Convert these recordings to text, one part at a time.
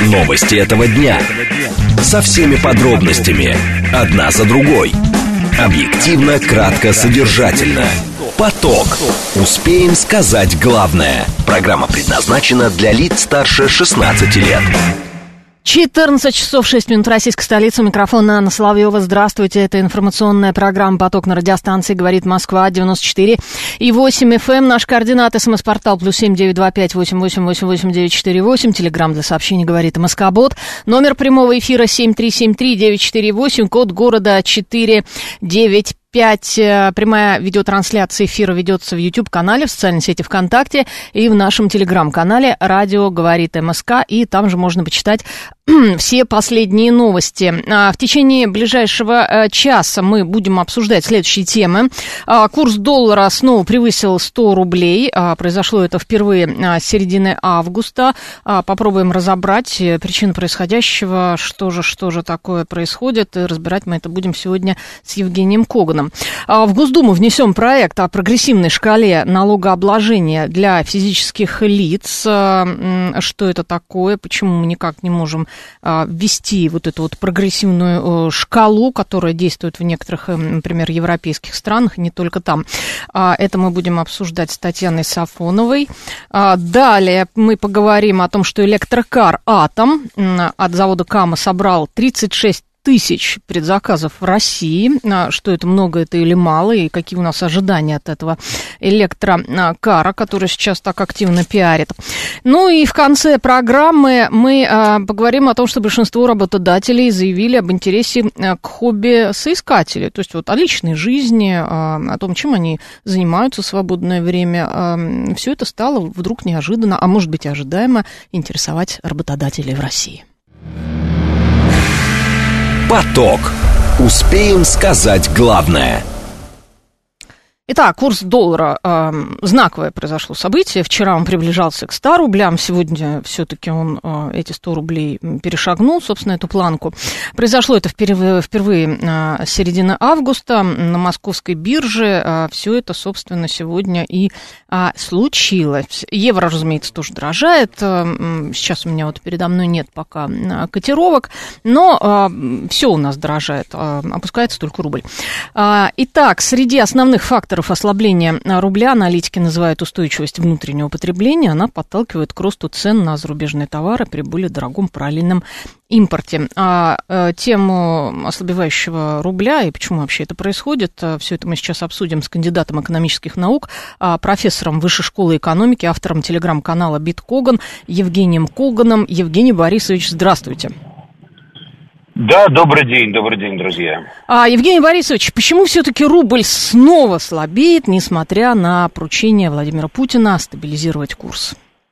Новости этого дня. Со всеми подробностями. Одна за другой. Объективно, кратко, содержательно. Поток. Успеем сказать главное. Программа предназначена для лиц старше 16 лет. 14 часов 6 минут, российская столица, микрофон Анна Соловьева. Здравствуйте, это информационная программа «Поток» на радиостанции «Говорит Москва», 94 и 8 FM. Наш координат, СМС-портал +7 925 8888 948. Телеграмм для сообщений «Говорит МСК-бот». Номер прямого эфира 7373948, код города 495. Прямая видеотрансляция эфира ведется в YouTube-канале, в социальной сети ВКонтакте и в нашем Телеграм-канале «Радио говорит МСК», и там же можно почитать все последние новости. В течение ближайшего часа мы будем обсуждать следующие темы. Курс доллара снова превысил 100 рублей. Произошло это впервые с середины августа. Попробуем разобрать причины происходящего, что же такое происходит. И разбирать мы это будем сегодня с Евгением Коганом. В Госдуму внесем проект о прогрессивной шкале налогообложения для физических лиц. Что это такое? Почему мы никак не можем ввести вот эту вот прогрессивную шкалу, которая действует в некоторых, например, европейских странах, не только там. Это мы будем обсуждать с Татьяной Сафоновой. Далее мы поговорим о том, что электрокар «Атом» от завода «Кама» собрал 36 тысяч предзаказов в России. Что это, много это или мало, и какие у нас ожидания от этого электрокара, который сейчас так активно пиарит. Ну и в конце программы мы поговорим о том, что большинство работодателей заявили об интересе к хобби-соискателю, то есть вот о личной жизни, о том, чем они занимаются в свободное время. Все это стало вдруг неожиданно, а может быть и ожидаемо, интересовать работодателей в России. Поток. Успеем сказать главное. Итак, курс доллара. Знаковое произошло событие. Вчера он приближался к 100 рублям. Сегодня все-таки он эти 100 рублей перешагнул, собственно, эту планку. Произошло это впервые с середины августа на московской бирже. Все это, собственно, сегодня и случилось. Евро, разумеется, тоже дорожает. Сейчас у меня вот передо мной нет пока котировок, но все у нас дорожает. Опускается только рубль. Итак, среди основных факторов ослабления рубля аналитики называют устойчивость внутреннего потребления. Она подталкивает к росту цен на зарубежные товары при более дорогом параллельном импорте. Тему ослабевающего рубля и почему вообще это происходит, все это мы сейчас обсудим с кандидатом экономических наук, профессором Высшей школы экономики, автором телеграм-канала «Биткоган» Евгением Коганом. Евгений Борисович, здравствуйте. Да, добрый день, друзья. Евгений Борисович, почему все-таки рубль снова слабеет, несмотря на поручение Владимира Путина стабилизировать курс?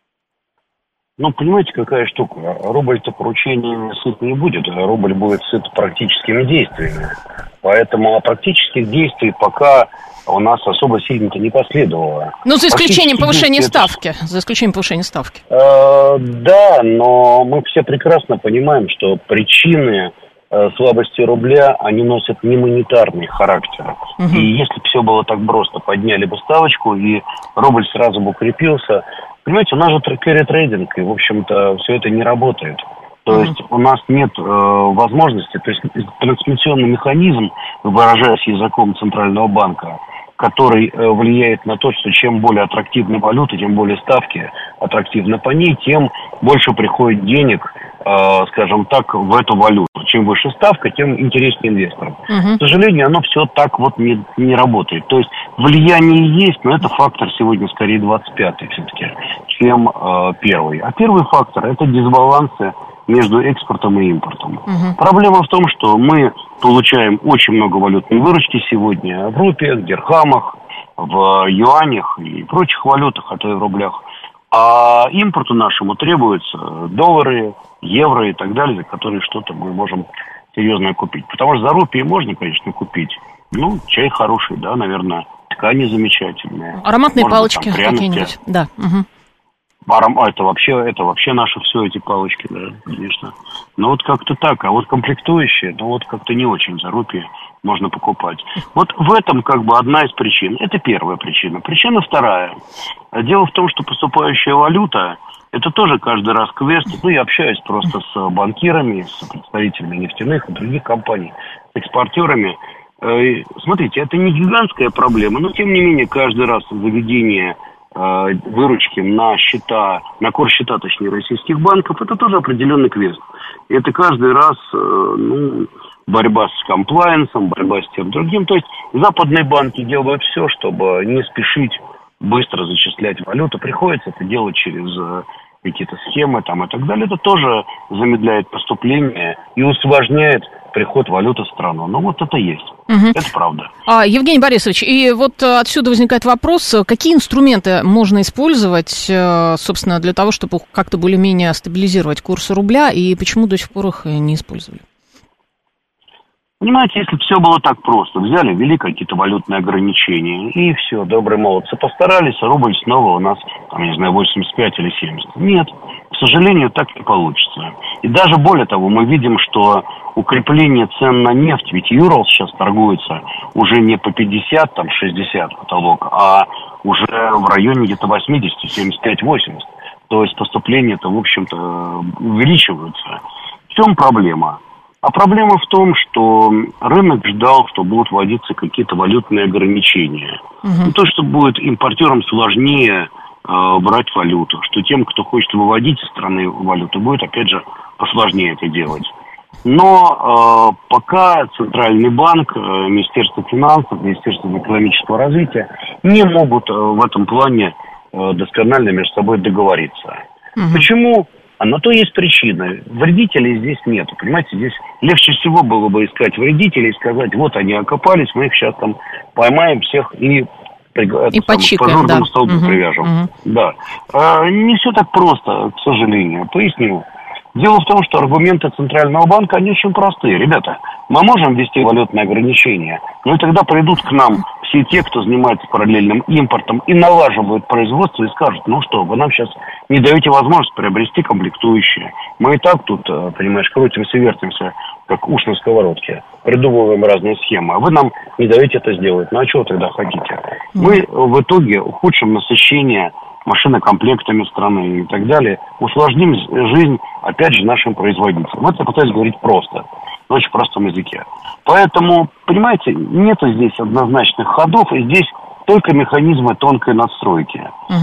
Ну, понимаете, какая штука? Рубль-то поручениями сыт не будет, а рубль будет сыт практическими действиями. Поэтому практических действий пока у нас особо сильно-то не последовало. Ну, за исключением повышения ставки. За исключением повышения ставки. Да, но мы все прекрасно понимаем, что причины слабости рубля, они носят не монетарный характер. Угу. И если бы все было так просто, подняли бы ставочку, и рубль сразу бы укрепился. Понимаете, у нас же трейдинг, и, в общем-то, все это не работает. То есть у нас нет возможности, то есть трансмиссионный механизм, выражаясь языком Центрального банка, который влияет на то, что чем более аттрактивны валюты, тем более ставки аттрактивны по ней, тем больше приходит денег, скажем так, в эту валюту. Чем выше ставка, тем интереснее инвесторам. К сожалению, оно все так вот не работает. То есть влияние есть, но это фактор сегодня скорее 25-й все-таки, чем первый. А первый фактор – это дисбалансы между экспортом и импортом. Проблема в том, что мы получаем очень много валютной выручки сегодня в рупиях, дирхамах, в юанях и прочих валютах, а то и в рублях. А импорту нашему требуются доллары, евро и так далее, за которые что-то мы можем серьезно купить. Потому что за рупии можно, конечно, купить. Ну, чай хороший, да, наверное, ткани замечательные. Ароматные палочки какие-нибудь, да. Это вообще наше все, эти палочки, да, конечно. Ну вот как-то так, а вот комплектующие, ну вот как-то не очень за рупии можно покупать. Вот в этом как бы одна из причин. Это первая причина. Причина вторая. Дело в том, что поступающая валюта, Это тоже каждый раз квест. Ну, я общаюсь просто с банкирами, с представителями нефтяных и других компаний, с экспортерами. Смотрите, это не гигантская проблема, но, тем не менее, каждый раз заведение выручки на счета, на корсчета, точнее, российских банков, это тоже определенный квест. И это каждый раз, борьба с комплаенсом, борьба с тем другим. То есть западные банки делают все, чтобы не спешить быстро зачислять валюту. Приходится это делать через какие-то схемы там и так далее. Это тоже замедляет поступление и усложняет приход валюты в страну. Ну, вот это есть. Угу. Это правда. Евгений Борисович, и вот отсюда возникает вопрос, какие инструменты можно использовать, собственно, для того, чтобы как-то более-менее стабилизировать курс рубля, и почему до сих пор их не использовали? Понимаете, если бы все было так просто, взяли, ввели какие-то валютные ограничения, и все, добрые молодцы постарались, а рубль снова у нас, там, не знаю, 85 или 70. Нет, к сожалению, так не получится. И даже более того, мы видим, что укрепление цен на нефть, ведь Юрал сейчас торгуется уже не по 50, там, 60 потолок, а уже в районе где-то 80, 75, 80. То есть поступления-то, в общем-то, увеличиваются. В чем проблема? А проблема в том, что рынок ждал, что будут вводиться какие-то валютные ограничения. Ну, то, что будет импортерам сложнее брать валюту, что тем, кто хочет выводить из страны валюту, будет, опять же, посложнее это делать. Но пока Центральный банк, Министерство финансов, Министерство экономического развития не могут в этом плане досконально между собой договориться. Почему? На то есть причина. Вредителей здесь нет. Понимаете, здесь легче всего было бы искать вредителей и сказать, вот они окопались, мы их сейчас там поймаем всех и по жирному столбу привяжем. Да. Не все так просто, к сожалению. Поясню. Дело в том, что аргументы Центрального банка, они очень простые. Ребята, мы можем ввести валютные ограничения, но и тогда придут к нам все те, кто занимается параллельным импортом и налаживают производство и скажут, ну что, вы нам сейчас не даете возможность приобрести комплектующие. Мы и так тут, понимаешь, крутимся, вертимся, как уж на сковородке, придумываем разные схемы, а вы нам не даете это сделать. Ну а чего тогда хотите? Мы в итоге ухудшим насыщение машинокомплектами страны и так далее, усложним жизнь, опять же, нашим производителям. Это я пытаюсь говорить просто, на очень простом языке. Поэтому, понимаете, нету здесь однозначных ходов, и здесь только механизмы тонкой надстройки.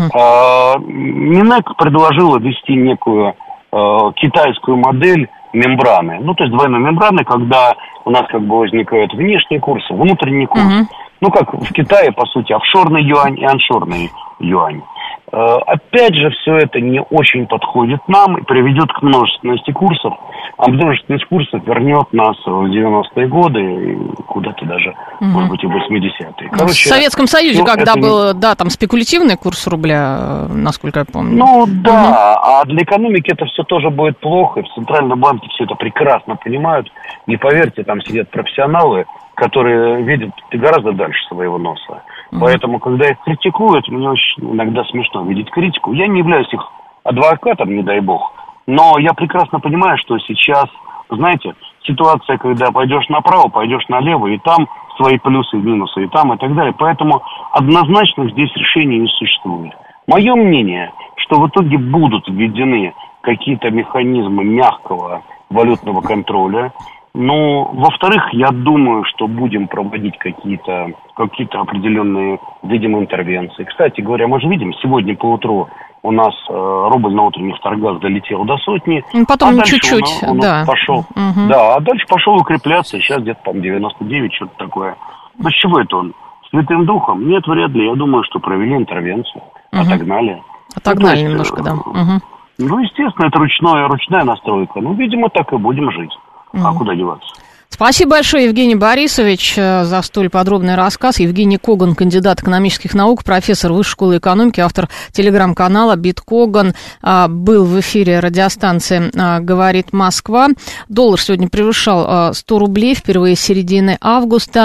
Минэк предложила ввести некую китайскую модель мембраны. Ну, то есть двойной мембраны, когда у нас как бы возникают внешние курсы, внутренний курс. Ну, как в Китае, по сути, офшорный юань и оншорный юань. Опять же, все это не очень подходит нам и приведет к множественности курсов, а множественность курсов вернет нас в 90-е годы, куда-то даже, может быть, и в 80-е. Короче, в Советском Союзе, когда был, да, там спекулятивный курс рубля, насколько я помню. Ну, да, а для экономики это все тоже будет плохо, и в Центральном банке все это прекрасно понимают. Не поверьте, там сидят профессионалы, которые видят гораздо дальше своего носа. Поэтому, когда их критикуют, мне очень иногда смешно видеть критику. Я не являюсь их адвокатом, не дай бог, но я прекрасно понимаю, что сейчас, знаете, ситуация, когда пойдешь направо, пойдешь налево, и там свои плюсы и минусы, и там, и так далее. Поэтому однозначных здесь решений не существует. Мое мнение, что в итоге будут введены какие-то механизмы мягкого валютного контроля. Ну, во-вторых, я думаю, что будем проводить какие-то определенные, видимо, интервенции. Кстати говоря, мы же видим, сегодня поутру у нас рубль на утренних торгах долетел до 100. Потом чуть-чуть, он пошел. Да, а дальше пошел укрепляться, и сейчас где-то, по-моему, 99, что-то такое. Ну, с чего это он? Святым духом? Нет, вряд ли. Я думаю, что провели интервенцию, отогнали. Отогнали немножко, да. Ну, естественно, это ручная настройка. Ну, видимо, так и будем жить. А куда деваться? Спасибо большое, Евгений Борисович, за столь подробный рассказ. Евгений Коган, кандидат экономических наук, профессор Высшей школы экономики, автор телеграм-канала «Биткоган», был в эфире радиостанции «Говорит Москва». Доллар сегодня превышал 100 рублей впервые с середины августа.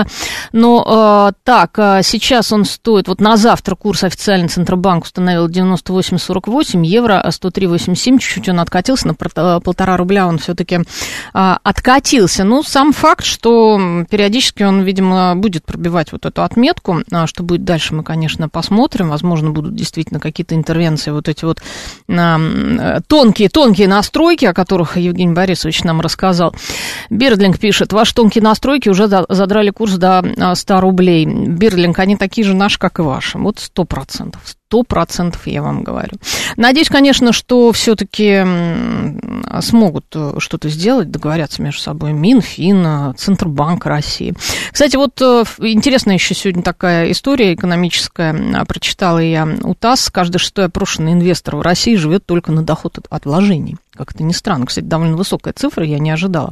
Но сейчас он стоит, вот на завтра курс официальный Центробанк установил 98,48, евро 103,87, чуть-чуть он откатился, на 1,5 рубля он все-таки откатился. Ну, сам факт, что периодически он, видимо, будет пробивать вот эту отметку. А что будет дальше, мы, конечно, посмотрим. Возможно, будут действительно какие-то интервенции, вот эти вот тонкие настройки, о которых Евгений Борисович нам рассказал. Бердлинг пишет: ваши тонкие настройки уже задрали курс до 100 рублей. Бердлинг, они такие же наши, как и ваши. Вот 100%. 100% я вам говорю. Надеюсь, конечно, что все-таки смогут что-то сделать, договорятся между собой Минфин, Центробанк России. Кстати, вот интересная еще сегодня такая история экономическая. Прочитала я у ТАСС: каждый шестой опрошенный инвестор в России живет только на доход от вложений. Как это ни странно. Кстати, довольно высокая цифра, я не ожидала.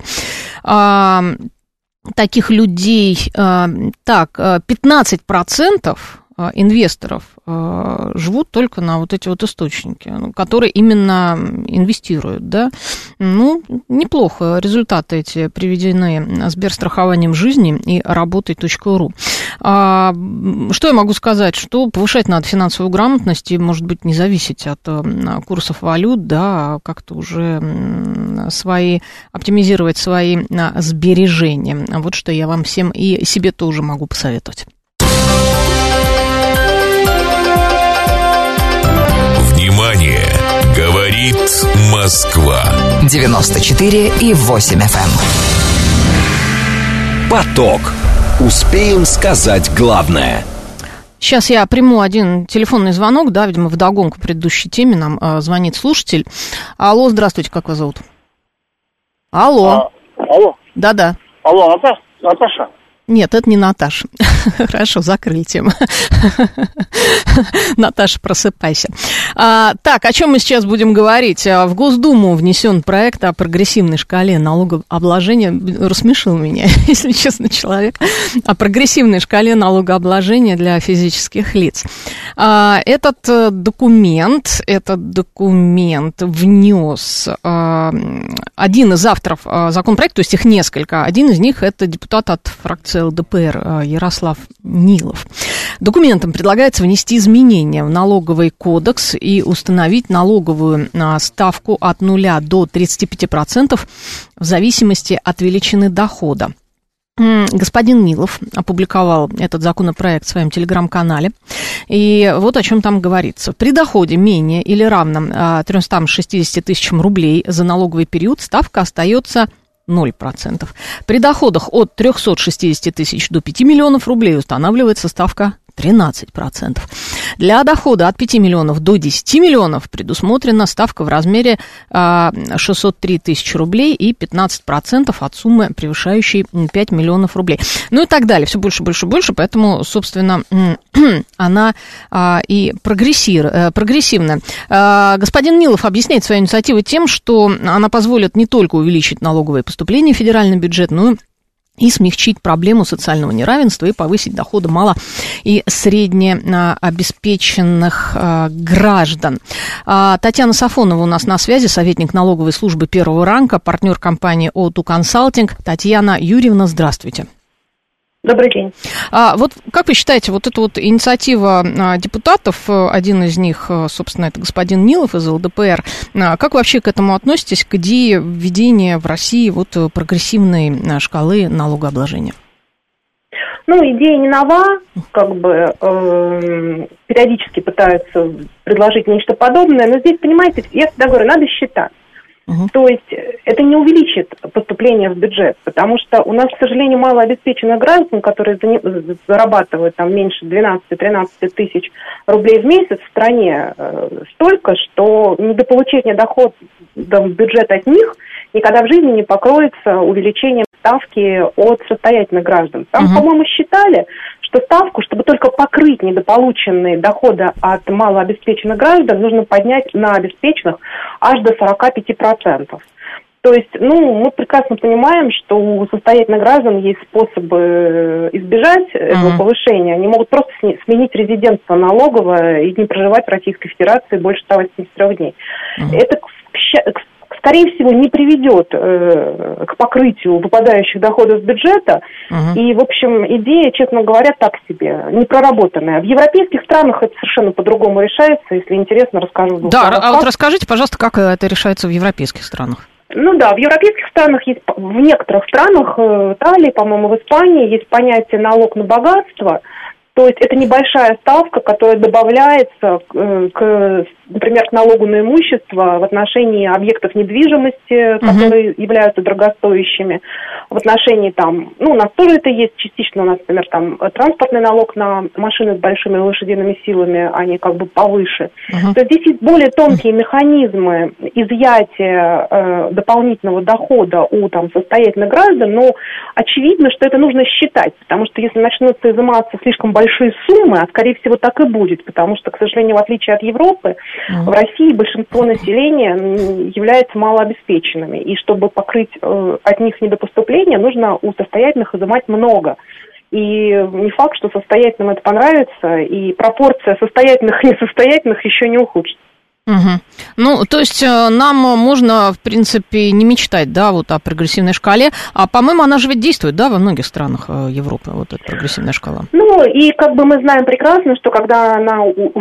Таких людей, 15% инвесторов живут только на вот эти вот источники, которые именно инвестируют, да. Ну, неплохо результаты эти приведены Сберстрахованием жизни и работой.ру. Что я могу сказать? Что повышать надо финансовую грамотность и, может быть, не зависеть от курсов валют, да, а как-то уже оптимизировать свои сбережения. Вот что я вам всем и себе тоже могу посоветовать. Внимание! Говорит Москва. 94,8 FM. Поток. Успеем сказать главное. Сейчас я приму один телефонный звонок, да, видимо, вдогонку к предыдущей теме нам звонит слушатель. Алло, здравствуйте, как вас зовут? Алло. Алло. Да-да. Алло, Наташа? Нет, это не Наташа. Хорошо, закрыли тему. Наташа, просыпайся. Так, о чем мы сейчас будем говорить? В Госдуму внесен проект о прогрессивной шкале налогообложения. Рассмешил меня, если честно, человек. О прогрессивной шкале налогообложения для физических лиц. Этот документ внес один из авторов законопроекта, то есть их несколько. Один из них — это депутат от фракции ЛДПР Ярослав Нилов. Документом предлагается внести изменения в налоговый кодекс и установить налоговую ставку от 0 до 35% в зависимости от величины дохода. Господин Нилов опубликовал этот законопроект в своем телеграм-канале, и вот о чем там говорится. При доходе менее или равном 360 тысячам рублей за налоговый период ставка остается 0%. При доходах от 360 тысяч до 5 миллионов рублей устанавливается ставка 13%. Для дохода от 5 миллионов до 10 миллионов предусмотрена ставка в размере 603 тысячи рублей и 15% от суммы, превышающей 5 миллионов рублей. Ну и так далее. Все больше, поэтому, собственно, она и прогрессивная. Господин Нилов объясняет свою инициативу тем, что она позволит не только увеличить налоговые поступления в федеральный бюджет, но и смягчить проблему социального неравенства и повысить доходы мало- и среднеобеспеченных граждан. Татьяна Сафонова у нас на связи, советник налоговой службы первого ранга, партнер компании O2 Consulting. Татьяна Юрьевна, здравствуйте. Добрый день. Вот как вы считаете, вот эта вот инициатива депутатов, один из них, собственно, это господин Нилов из ЛДПР, как вы вообще к этому относитесь, к идее введения в России вот прогрессивной шкалы налогообложения? Ну, идея не нова, периодически пытаются предложить нечто подобное, но здесь, понимаете, я всегда говорю, надо считать. То есть это не увеличит поступление в бюджет, потому что у нас, к сожалению, малообеспеченных граждан, которые зарабатывают там меньше 12-13 тысяч рублей в месяц в стране, столько, что недополучение дохода в бюджет от них никогда в жизни не покроется увеличением ставки от состоятельных граждан. Там, по-моему, считали, что ставку, чтобы только покрыть недополученные доходы от малообеспеченных граждан, нужно поднять на обеспеченных аж до 45%. То есть, мы прекрасно понимаем, что у состоятельных граждан есть способы избежать этого повышения. Они могут просто сменить резидентство налоговое и не проживать в Российской Федерации больше 183 дней. Это, скорее всего, не приведет к покрытию выпадающих доходов с бюджета. И, в общем, идея, честно говоря, так себе, непроработанная. В европейских странах это совершенно по-другому решается. Если интересно, расскажу. Да, а вот расскажите, пожалуйста, как это решается в европейских странах? Ну да, в европейских странах есть, в некоторых странах, Италии, по-моему, в Испании есть понятие налог на богатство. То есть это небольшая ставка, которая добавляется например, к налогу на имущество в отношении объектов недвижимости, которые являются дорогостоящими, в отношении там, у нас тоже это есть частично, у нас, например, там транспортный налог на машины с большими лошадиными силами, они как бы повыше. То есть здесь есть более тонкие механизмы изъятия дополнительного дохода у там состоятельных граждан, но очевидно, что это нужно считать, потому что если начнутся изыматься слишком большие суммы, а скорее всего так и будет, потому что, к сожалению, в отличие от Европы, в России большинство населения является малообеспеченными, и чтобы покрыть от них недопоступления, нужно у состоятельных изымать много. И не факт, что состоятельным это понравится, и пропорция состоятельных и несостоятельных еще не ухудшится. Ну, то есть нам можно, в принципе, не мечтать, да, вот о прогрессивной шкале, а, по-моему, она же ведь действует, да, во многих странах Европы, вот эта прогрессивная шкала. Ну, и как бы мы знаем прекрасно, что когда она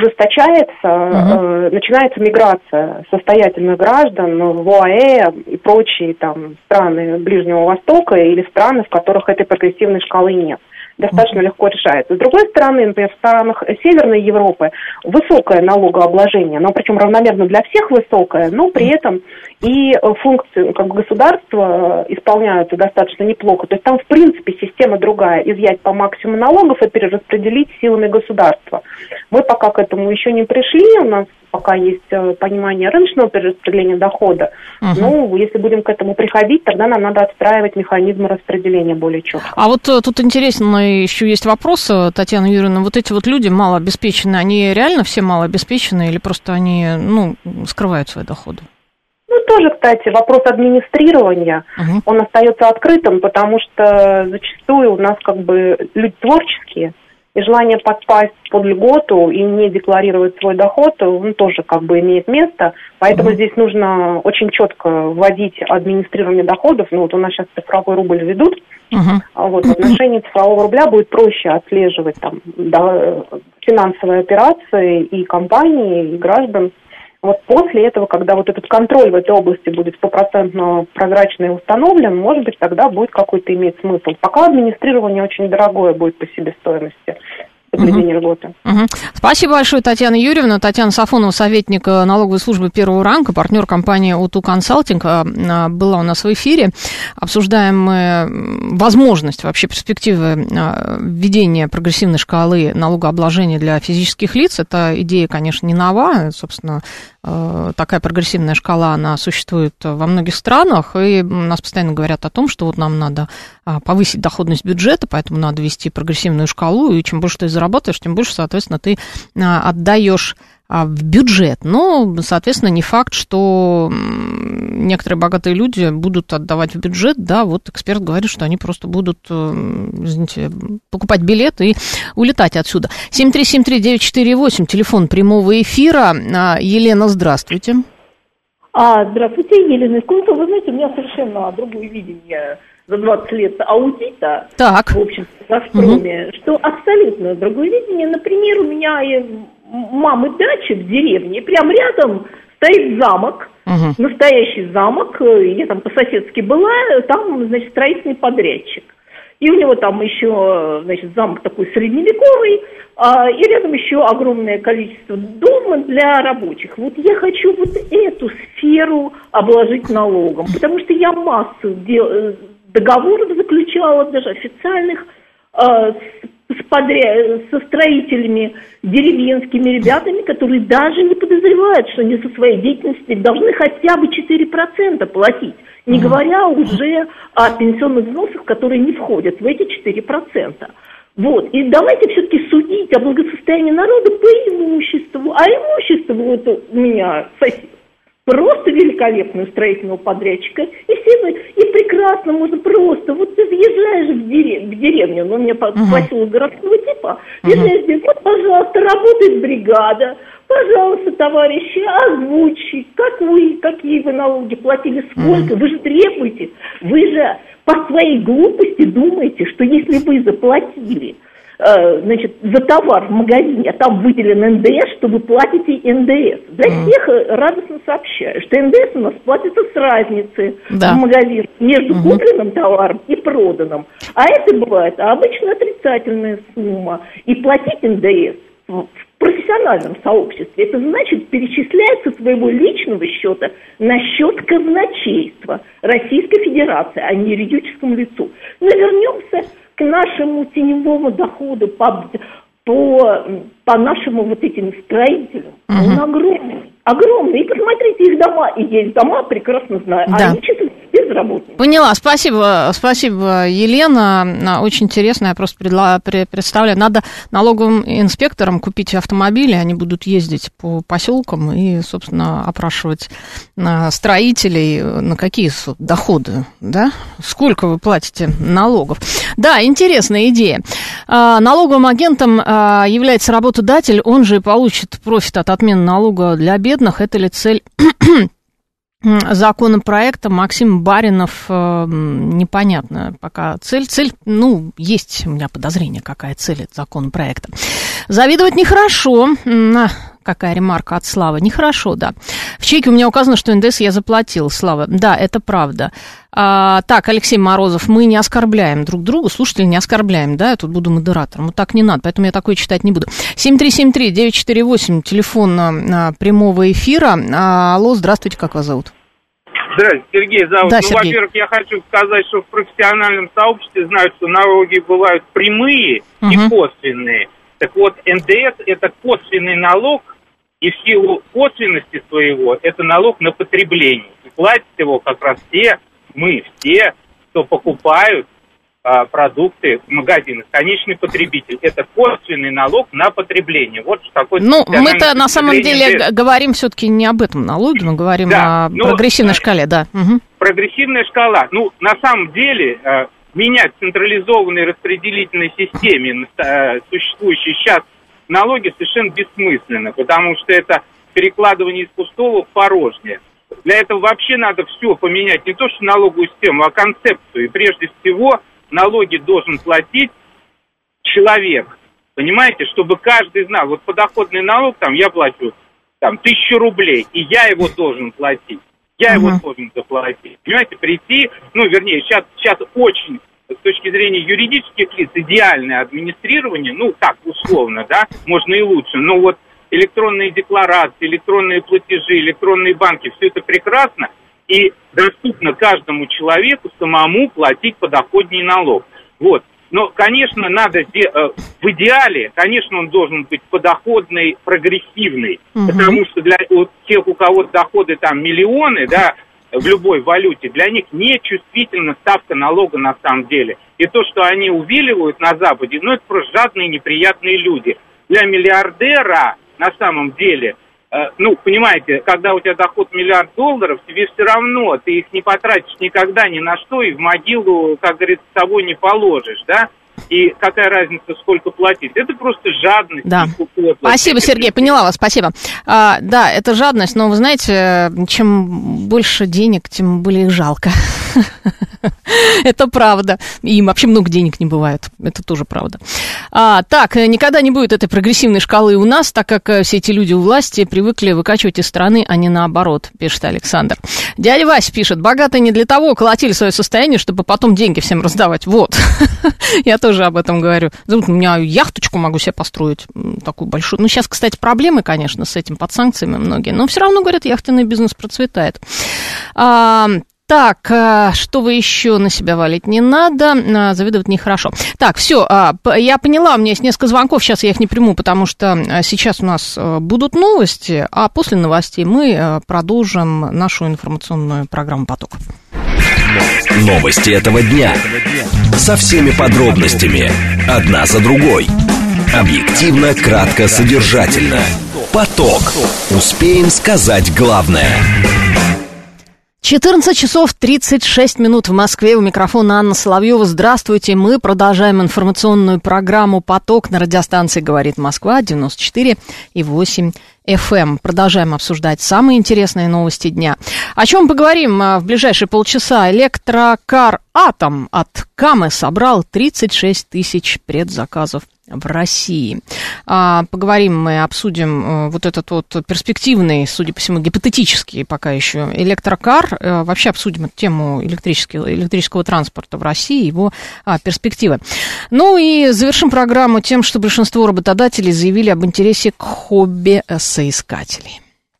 ужесточается, начинается миграция состоятельных граждан в ОАЭ и прочие там страны Ближнего Востока или страны, в которых этой прогрессивной шкалы нет. Достаточно легко решается. С другой стороны, например, в странах Северной Европы высокое налогообложение, но причем равномерно для всех высокое, но при этом и функции как бы государства исполняются достаточно неплохо. То есть там, в принципе, система другая. Изъять по максимуму налогов и перераспределить силами государства. Мы пока к этому еще не пришли, у нас пока есть понимание рыночного перераспределения дохода. Ну, если будем к этому приходить, тогда нам надо отстраивать механизмы распределения более четко. А вот тут интересно, еще есть вопрос, Татьяна Юрьевна, вот эти вот люди малообеспеченные, они реально все малообеспеченные или просто они, скрывают свои доходы? Ну, тоже, кстати, вопрос администрирования, он остается открытым, потому что зачастую у нас как бы люди творческие, и желание подпасть под льготу и не декларировать свой доход, он тоже как бы имеет место. Поэтому здесь нужно очень четко вводить администрирование доходов. Ну вот у нас сейчас цифровой рубль ведут. Вот, в отношении цифрового рубля будет проще отслеживать там, финансовые операции и компании, и граждан. Вот после этого, когда вот этот контроль в этой области будет 100% прозрачно и установлен, может быть, тогда будет какой-то иметь смысл. Пока администрирование очень дорогое будет по себестоимости. Спасибо большое, Татьяна Юрьевна. Татьяна Сафонова, советник налоговой службы первого ранга, партнер компании O2 Consulting, была у нас в эфире. Обсуждаем мы возможность, вообще перспективы введения прогрессивной шкалы налогообложения для физических лиц. Эта идея, конечно, не нова. Собственно, такая прогрессивная шкала, она существует во многих странах, и нас постоянно говорят о том, что вот нам надо повысить доходность бюджета, поэтому надо ввести прогрессивную шкалу, и чем больше ты зарабатываешь, тем больше, соответственно, ты отдаешь в бюджет. Но, соответственно, не факт, что некоторые богатые люди будут отдавать в бюджет, да, вот эксперт говорит, что они просто будут, извините, покупать билеты и улетать отсюда. 7373948, телефон прямого эфира. Елена, здравствуйте. Здравствуйте, Елена из Кунцева. Вы знаете, у меня совершенно другое видение за 20 лет аудита, в общем-то, в «Газпроме», что абсолютно другое видение. Например, у меня мамы дача в деревне, прям рядом стоит замок, настоящий замок, я там по-соседски была, там, значит, строительный подрядчик. И у него там еще, значит, замок такой средневековый, и рядом еще огромное количество дома для рабочих. Вот я хочу вот эту сферу обложить налогом, потому что я массу договоров заключала, даже официальных, со строителями, деревенскими ребятами, которые даже не подозревают, что они со своей деятельности должны хотя бы 4% платить, не говоря уже о пенсионных взносах, которые не входят в эти 4%. Вот. И давайте все-таки судить о благосостоянии народа по имуществу. А имущество вот у меня сосед просто великолепного строительного подрядчика. И прекрасно можно просто, вот ты въезжаешь в деревню, но у меня поселок городского типа, въезжаешь в деревню, вот, пожалуйста, работает бригада, пожалуйста, товарищи, озвучьте, какие вы налоги платили, сколько, вы же требуете, вы же по своей глупости думаете, что если вы заплатили значит, за товар в магазине, а там выделен НДС, что вы платите НДС. Для всех радостно сообщаю, что НДС у нас платится с разницы в магазине между купленным товаром и проданным. А это бывает обычно отрицательная сумма. И платить НДС в профессиональном сообществе, это значит перечислять со своего личного счета на счет казначейства Российской Федерации, а не юридическому лицу. Но вернемся к нашему теневому доходу по нашему вот этим строителям. Он огромный. Огромный. И посмотрите их дома. И есть дома, прекрасно знаю. Да. Они чисто безработные. Поняла. Спасибо, Елена. Очень интересно. Я просто представляю. Надо налоговым инспекторам купить автомобили. Они будут ездить по поселкам и, собственно, опрашивать строителей, на какие доходы, да? Сколько вы платите налогов. Да, интересная идея. Налоговым агентом является работодатель, он же получит профит от отмены налога для бедных. Это ли цель законопроекта? Максим Баринов, непонятно пока цель, есть у меня подозрение, какая цель этого законопроекта. Завидовать нехорошо. Какая ремарка от Славы. Нехорошо, да. В чеке у меня указано, что НДС я заплатил, Слава. Да, это правда. Так, Алексей Морозов, мы не оскорбляем друг друга, слушатели не оскорбляем, да, я тут буду модератором. Вот так не надо, поэтому я такое читать не буду. 7373-948, телефон прямого эфира. Алло, здравствуйте, как вас зовут? Здравствуйте, Сергей зовут. Да, Сергей. Во-первых, я хочу сказать, что в профессиональном сообществе знают, что налоги бывают прямые и косвенные. Так вот, НДС – это косвенный налог, и в силу косвенности своего это налог на потребление. И платят его как раз мы все, кто покупают продукты в магазинах. Конечный потребитель. Это косвенный налог на потребление. Вот такой. Мы-то на самом деле говорим все-таки не об этом налоге, мы говорим о прогрессивной шкале, да. Прогрессивная шкала. На самом деле, менять в централизованной распределительной системе, существующей сейчас, налоги совершенно бессмысленно, потому что это перекладывание из пустого в порожнее. Для этого вообще надо все поменять, не то что налоговую систему, а концепцию. И прежде всего налоги должен платить человек, понимаете, чтобы каждый знал. Вот подоходный налог, я плачу 1000 рублей, и я его должен платить. Я его должен заплатить. Понимаете, прийти, сейчас очень, с точки зрения юридических лиц, идеальное администрирование, так, условно, да, можно и лучше, но вот электронные декларации, электронные платежи, электронные банки, все это прекрасно, и доступно каждому человеку самому платить подоходный налог. Вот. Но, конечно, надо в идеале, конечно, он должен быть подоходный, прогрессивный, потому что для тех, у кого доходы миллионы, да, в любой валюте, для них не чувствительна ставка налога на самом деле. И то, что они увиливают на Западе, это просто жадные, неприятные люди. Для миллиардера, на самом деле, понимаете, когда у тебя доход $1 миллиард, тебе все равно, ты их не потратишь никогда ни на что, и в могилу, как говорится, с собой не положишь, да? И какая разница, сколько платить? Это просто жадность. Да. Спасибо, Сергей, поняла вас, спасибо. Да, это жадность, но вы знаете, чем больше денег, тем более их жалко. Это правда. И вообще много денег не бывает. Это тоже правда. Так, никогда не будет этой прогрессивной шкалы у нас, так как все эти люди у власти привыкли выкачивать из страны, а не наоборот, пишет Александр. Дядя Вася пишет: богатые не для того колотили свое состояние, чтобы потом деньги всем раздавать. Вот. Я тоже об этом говорю. У меня яхточку могу себе построить, такую большую. Сейчас, кстати, проблемы, конечно, с этим, под санкциями многие, но все равно, говорят, яхтенный бизнес процветает. Так, что вы еще на себя валить не надо, завидовать нехорошо. Так, все, я поняла, у меня есть несколько звонков, сейчас я их не приму, потому что сейчас у нас будут новости, а после новостей мы продолжим нашу информационную программу «Поток». Новости этого дня. Со всеми подробностями. Одна за другой. Объективно, кратко, содержательно. «Поток». Успеем сказать главное. 14 часов 36 минут в Москве. У микрофона Анна Соловьева. Здравствуйте. Мы продолжаем информационную программу «Поток» на радиостанции «Говорит Москва» 94,8 FM. Продолжаем обсуждать самые интересные новости дня. О чем поговорим в ближайшие полчаса? Электрокар «Атом» от Камы собрал 36 тысяч предзаказов в России. Поговорим мы, обсудим вот этот вот перспективный, судя по всему, гипотетический пока еще электрокар. Вообще обсудим эту тему электрического транспорта в России, его перспективы. Ну и завершим программу тем, что большинство работодателей заявили об интересе к хобби соискателей.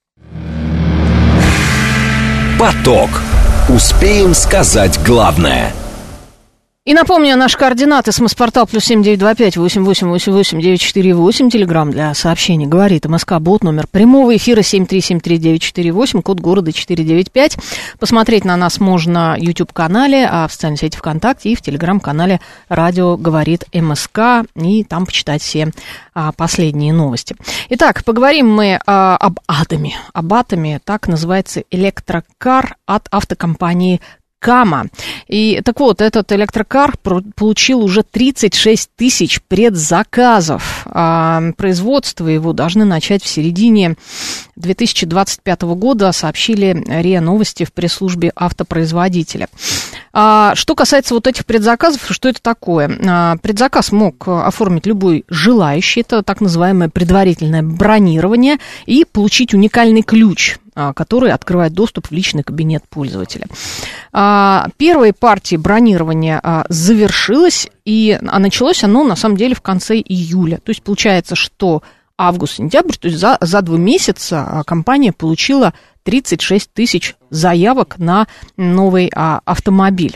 Поток. Успеем сказать главное. И напомню, наши координаты: СМС-портал +7 925 8888 948, телеграмм для сообщений «Говорит МСК», бот, номер прямого эфира 7373948, код города 495. Посмотреть на нас можно в YouTube-канале, в социальной сети ВКонтакте и в телеграм-канале «Радио говорит МСК», и там почитать все последние новости. Итак, поговорим мы об Атоме. Об Атоме, так называется электрокар от автокомпании Кама. И так вот, этот электрокар получил уже 36 тысяч предзаказов. Производство его должны начать в середине 2025 года, сообщили РИА Новости в пресс-службе автопроизводителя. Что касается вот этих предзаказов, что это такое? Предзаказ мог оформить любой желающий, это так называемое предварительное бронирование, и получить уникальный ключ, который открывает доступ в личный кабинет пользователя. Первой партии бронирования завершилась, и началось оно, на самом деле, в конце июля. То есть, получается, что август-сентябрь, то есть за 2 месяца компания получила 36 тысяч заявок на новый автомобиль.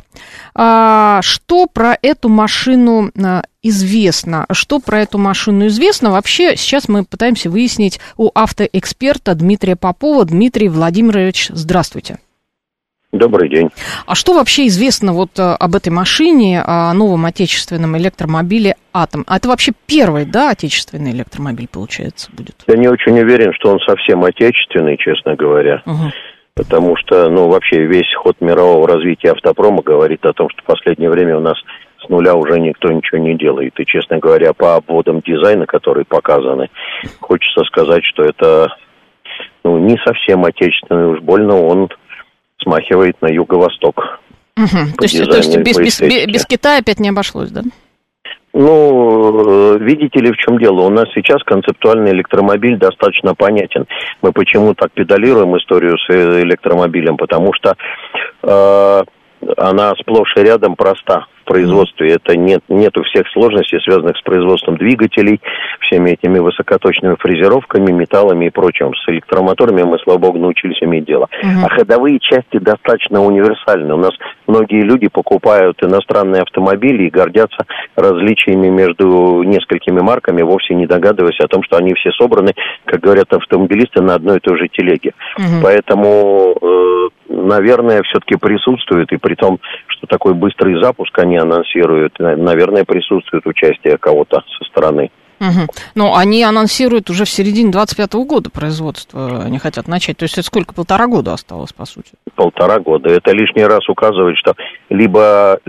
Что про эту машину известно? Вообще, сейчас мы пытаемся выяснить у автоэксперта Дмитрия Попова. Дмитрий Владимирович, здравствуйте. Добрый день. А что вообще известно вот об этой машине, о новом отечественном электромобиле «Атом»? А это вообще первый, да, отечественный электромобиль, получается, будет? Я не очень уверен, что он совсем отечественный, честно говоря. Потому что, вообще весь ход мирового развития автопрома говорит о том, что в последнее время у нас с нуля уже никто ничего не делает. И, честно говоря, по обводам дизайна, которые показаны, хочется сказать, что это не совсем отечественный, уж больно он смахивает на юго-восток. То есть без Китая опять не обошлось, да? Видите ли, в чем дело? У нас сейчас концептуальный электромобиль достаточно понятен. Мы почему так педалируем историю с электромобилем? Потому что она сплошь и рядом проста в производстве. Это нету всех сложностей, связанных с производством двигателей, всеми этими высокоточными фрезеровками, металлами и прочим. С электромоторами мы, слава богу, научились иметь дело. А ходовые части достаточно универсальны. У нас многие люди покупают иностранные автомобили и гордятся различиями между несколькими марками, вовсе не догадываясь о том, что они все собраны, как говорят автомобилисты, на одной и той же телеге. Поэтому, наверное, все-таки присутствует, и при том, что такой быстрый запуск они анонсируют, наверное, присутствует участие кого-то со стороны. Но они анонсируют уже в середине 25-го года производство, они хотят начать. То есть это сколько, 1,5 года осталось, по сути? 1,5 года. Это лишний раз указывает, что либо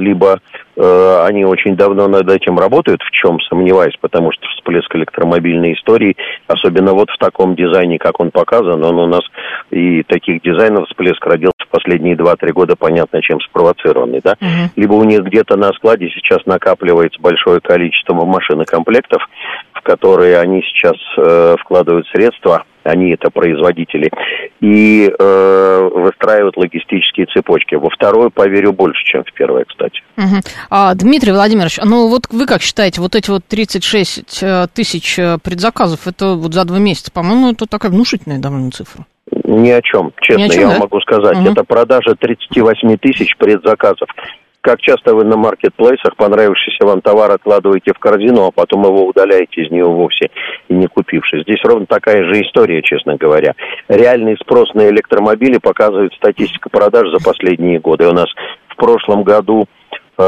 они очень давно над этим работают, в чем сомневаюсь, потому что всплеск электромобильной истории, особенно вот в таком дизайне, как он показан, он у нас и таких дизайнов всплеск родился в последние 2-3 года, понятно, чем спровоцированный, да? Либо у них где-то на складе сейчас накапливается большое количество машин и комплектов, в которые они сейчас вкладывают средства, они это производители, и выстраивают логистические цепочки. Во второе поверю больше, чем в первое, кстати. Дмитрий Владимирович, вот вы как считаете, вот эти вот 36 тысяч предзаказов, это вот за 2 месяца, по-моему, это такая внушительная довольно цифра. Ни о чем, честно, я вам могу сказать. Это продажа 38 тысяч предзаказов. Как часто вы на маркетплейсах понравившийся вам товар откладываете в корзину, а потом его удаляете из нее вовсе и не купившись. Здесь ровно такая же история, честно говоря. Реальный спрос на электромобили показывает статистика продаж за последние годы. У нас в прошлом году 3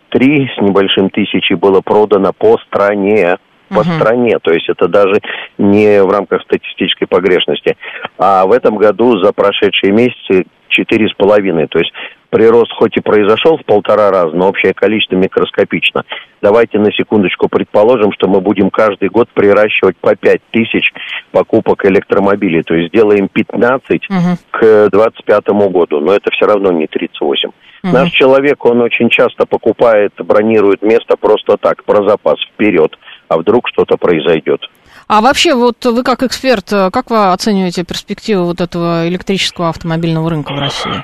с небольшим тысячи было продано по стране. По стране, то есть это даже не в рамках статистической погрешности. А в этом году за прошедшие месяцы 4,5. То есть прирост хоть и произошел в 1,5 раза, но общее количество микроскопично. Давайте на секундочку предположим, что мы будем каждый год приращивать по 5 тысяч покупок электромобилей. То есть делаем 15 к 2025 году, но это все равно не 38. Наш человек, он очень часто покупает, бронирует место просто так, про запас, вперед. а вдруг что-то произойдет. А вообще, вот вы как эксперт, как вы оцениваете перспективы вот этого электрического автомобильного рынка в России?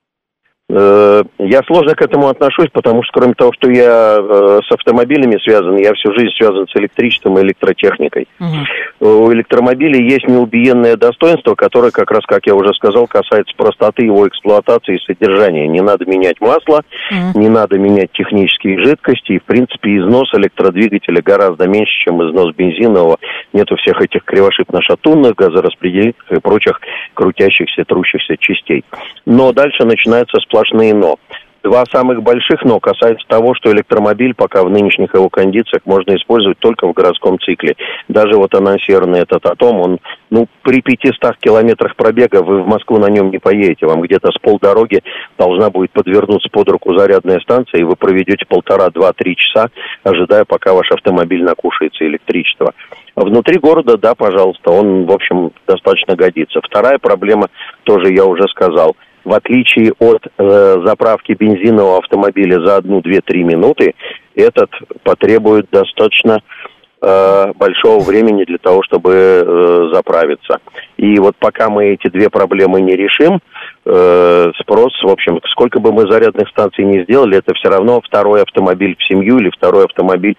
Я сложно к этому отношусь, потому что, кроме того, что я с автомобилями связан, я всю жизнь связан с электричеством и электротехникой. У электромобилей есть неубиенное достоинство, которое, как раз, как я уже сказал, касается простоты его эксплуатации и содержания. Не надо менять масло, не надо менять технические жидкости, и, в принципе, износ электродвигателя гораздо меньше, чем износ бензинового. Нету всех этих кривошипно-шатунных, газораспределительных и прочих крутящихся, трущихся частей. Но дальше начинается сплошные «но». Два самых больших «но» касаются того, что электромобиль пока в нынешних его кондициях можно использовать только в городском цикле. Даже вот анонсированный этот «Атом», он, при 500 километрах пробега вы в Москву на нем не поедете. Вам где-то с полдороги должна будет подвернуться под руку зарядная станция, и вы проведете 1,5-2-3 часа, ожидая, пока ваш автомобиль накушается электричества. Внутри города, да, пожалуйста, он, в общем, достаточно годится. Вторая проблема, тоже я уже сказал. В отличие от заправки бензинового автомобиля за 1, 2, 3 минуты, этот потребует достаточно большого времени для того, чтобы заправиться. И вот пока мы эти две проблемы не решим, спрос, в общем, сколько бы мы зарядных станций не сделали, это все равно второй автомобиль в семью или второй автомобиль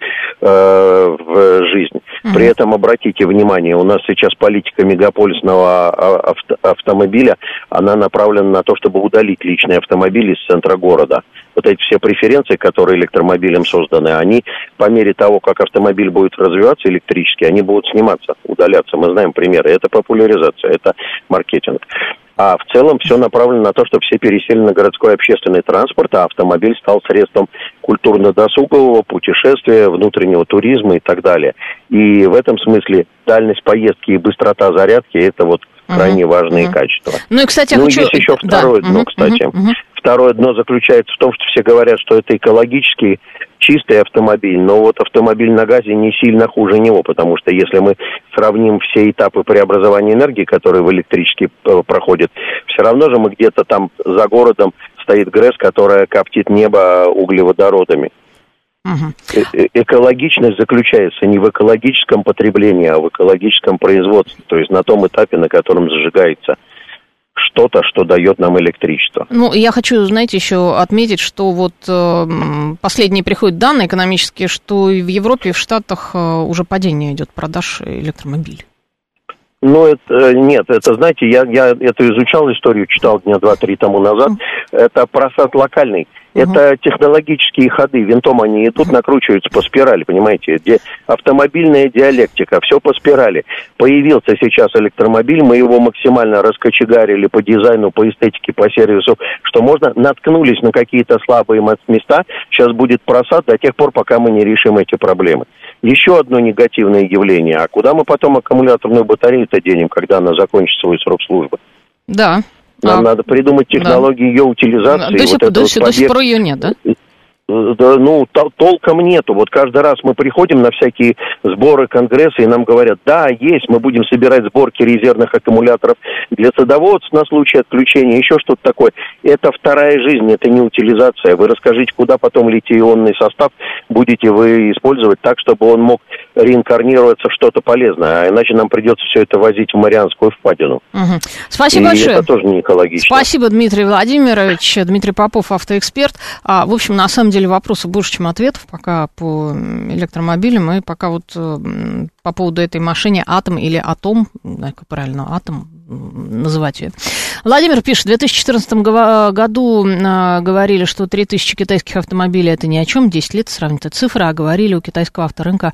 в жизнь. При этом обратите внимание, у нас сейчас политика мегаполисного автомобиля, она направлена на то, чтобы удалить личные автомобили из центра города. Вот эти все преференции, которые электромобилям созданы, они по мере того, как автомобиль будет развиваться электрически, они будут сниматься, удаляться. Мы знаем примеры. Это популяризация, это маркетинг. А в целом все направлено на то, чтобы все пересели на городской общественный транспорт, а автомобиль стал средством культурно-досугового путешествия, внутреннего туризма и так далее. И в этом смысле дальность поездки и быстрота зарядки – это вот крайне важные качества. Ну и, кстати, я хочу... есть еще второе дно, кстати. Второе дно заключается в том, что все говорят, что это экологически чистый автомобиль, но вот автомобиль на газе не сильно хуже него, потому что если мы сравним все этапы преобразования энергии, которые в электричке проходят, все равно же мы где-то там за городом стоит ГРЭС, которая коптит небо углеводородами. Экологичность заключается не в экологическом потреблении, а в экологическом производстве, то есть на том этапе, на котором зажигается что-то, что дает нам электричество. Ну, я хочу, знаете, еще отметить, что вот последние приходят данные экономические, что и в Европе, и в Штатах уже падение идет продаж электромобилей. Ну, нет, знаете, я эту изучал историю, читал дня 2-3 тому назад. Это просад локальный. Это технологические ходы, винтом они идут, накручиваются по спирали, понимаете? Автомобильная диалектика, все по спирали. Появился сейчас электромобиль, мы его максимально раскочегарили по дизайну, по эстетике, по сервису, что можно, наткнулись на какие-то слабые места, сейчас будет просад до тех пор, пока мы не решим эти проблемы. Еще одно негативное явление. А куда мы потом аккумуляторную батарею-то денем, когда она закончит свой срок службы? Да. Нам надо придумать технологии ее утилизации. До сих пор ее нет, да? Да, толком нету. Вот каждый раз мы приходим на всякие сборы, конгрессы, и нам говорят, да, есть, мы будем собирать сборки резервных аккумуляторов для садоводств на случай отключения, еще что-то такое. Это вторая жизнь, это не утилизация. Вы расскажите, куда потом литий-ионный состав будете вы использовать так, чтобы он мог реинкарнироваться в что-то полезное, а иначе нам придется все это возить в Марианскую впадину. Спасибо большое. Это тоже не экологично. Спасибо, Дмитрий Владимирович. Дмитрий Попов, автоэксперт. В общем, на самом деле вопросов больше, чем ответов пока по электромобилям, и пока вот по поводу этой машины «Атом» или «Атом», как правильно, «Атом» называть ее. Владимир пишет, в 2014 году говорили, что 3000 китайских автомобилей – это ни о чем, 10 лет сравнитая цифра, а говорили, у китайского авторынка